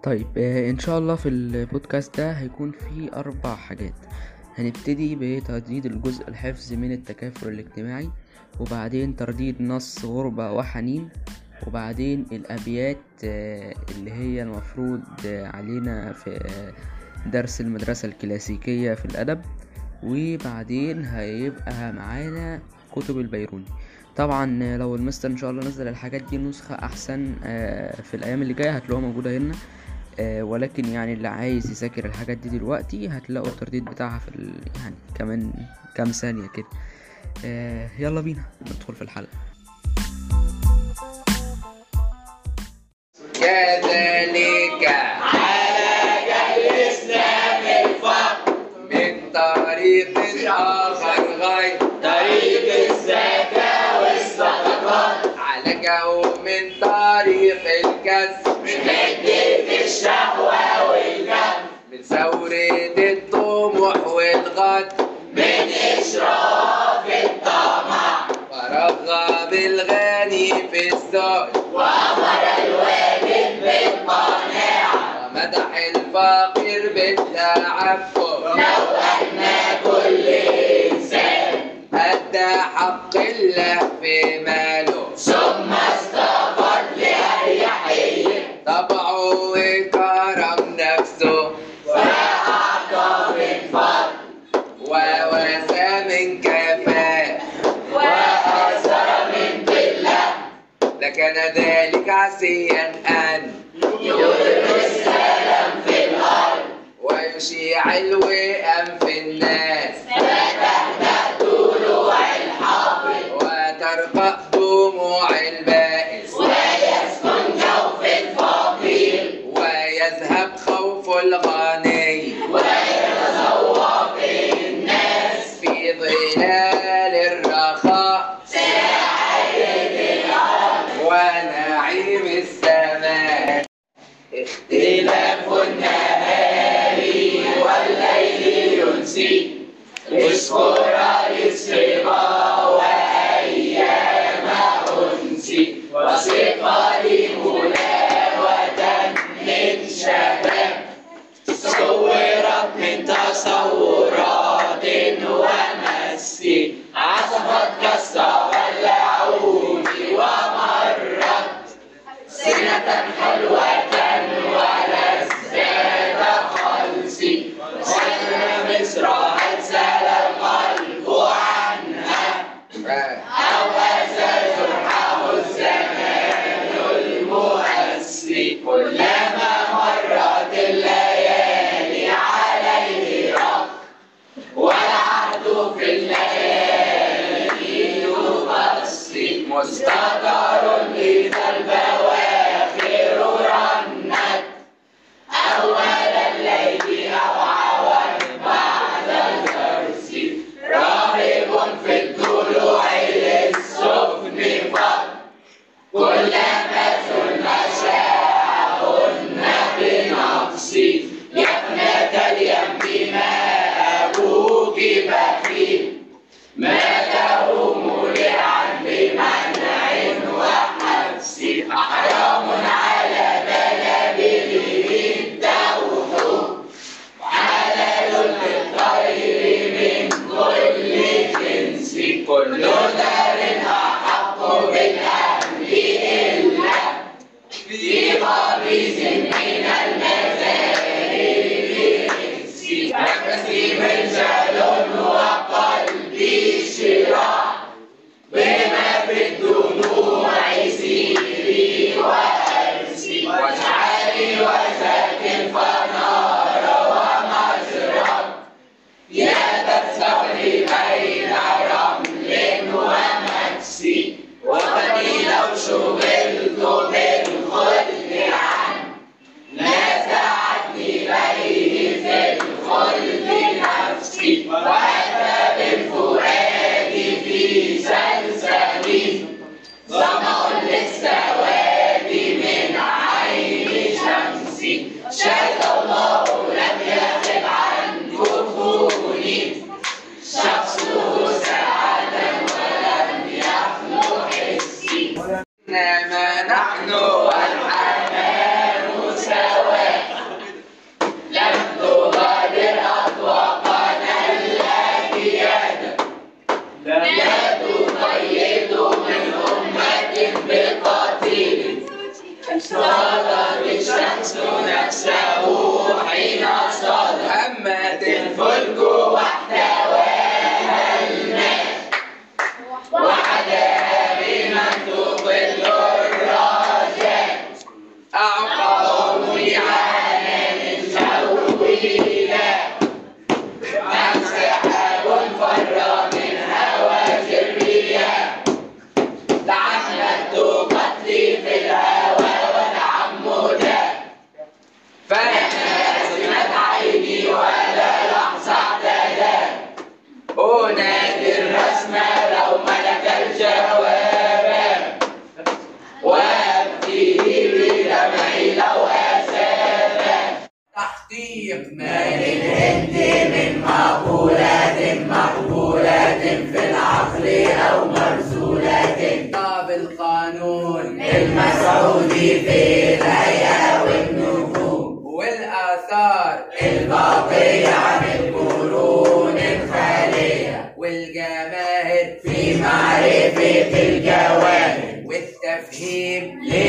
طيب ان شاء الله في البودكاست ده هيكون فيه 4 حاجات. هنبتدي بترديد الجزء الحفظ من التكافل الاجتماعي، وبعدين ترديد نص غربة وحنين، وبعدين الابيات اللي هي المفروض علينا في درس المدرسة الكلاسيكية في الادب، وبعدين هيبقى معانا كتب البيروني. طبعا لو المستر ان شاء الله نزل الحاجات دي نسخة احسن في الايام اللي جاية هتلاقوها موجودة هنا. ولكن يعني اللي عايز يذاكر الحاجات دي دلوقتي هتلاقوا الترديد بتاعها في يعني كمان كام ثانية كده. يلا بينا ندخل في الحلقة. كذلك عالج الإسلام الفقر من طريق آخر غير طريق الزكاة والصدقات، عالجه من طريق الكسب من حدة الشهوة والجهل، من ثورة الطموح والغد، من إشراف الطمع، ورغب الغني في السؤل، وأمر الوالد بالقناعة، ومدح الفقير بالتعفف. لو أن كل إنسان أدى حق الله في ماله ثم استغفر لأريحية طبعه وكرم نفسه، فأعطى من فضل وواسى من كفاء وأثر من قلة، لكان ذلك عسيا أن يظهر السلام في الأرض ويشيع الوئام في الناس، فتهدأ طلوع الحاقد وترقى دموع البائس، ويسكن جوف الفقير ويذهب خوف الغني، ويتذوق الناس في ظلال الرخاء سعادة الأرض ونعيم السماء. اختلاف النهار والليل ينسي اذكر الصبا وأيام أنسي، وثقل ملاوة من شباب صورت من تصورات ومس، عصفت كالصقر العود ومرت سنة حلوة ولذات خلصي، وسر مصر أنزل القلب عنها، أو أزال جرحه الزمان المؤسي، كلما مرت الليالي عليه رق والعهد في الليالي يبصي، مستقر إذا البواخر رنت أول الليل أو عوض بعد الغرس، راهب في الضلوع للسفن فقط كلما ثلنا شاعهن بنقصي، يا ابنة اليم ما أبوك بخيل ما له مولعا بمنع وحبس، حرام على بلده الدوح حلال للطير من كل جنس، كل دار أحق بالأهل إلا في قبيز من المزارع الإنس، نفسي مرجل وقلبي شراع بما في الدموع سيري وأرسي، واجعلي وساكن فنار ومشرب يا تسقي بين رمل ومكسي، وقليل لا تقيد من أمة بقتيل. صادت الشمس نفسه حين صادت همت الفلك واحتواها الماء وحداها بمنطوق الرجاء أعقبهم لعالم سويلا أم سحاب فر من هواج الرياح تعمدت قتلي في الهوى وتعمدا فلازمت عيني ولا لحظة اعتدى أنادي الرسم لو ملك الجواب وأبكي بدمعي لو أسابا. تحقيق مال الهند من مقبولات في العقل أو مرسولات طاب القانون المسعودي في الهيئة والنجوم والآثار الباقية عن القرون الخالية والجماهير في معرفة الجواهر والتفهيم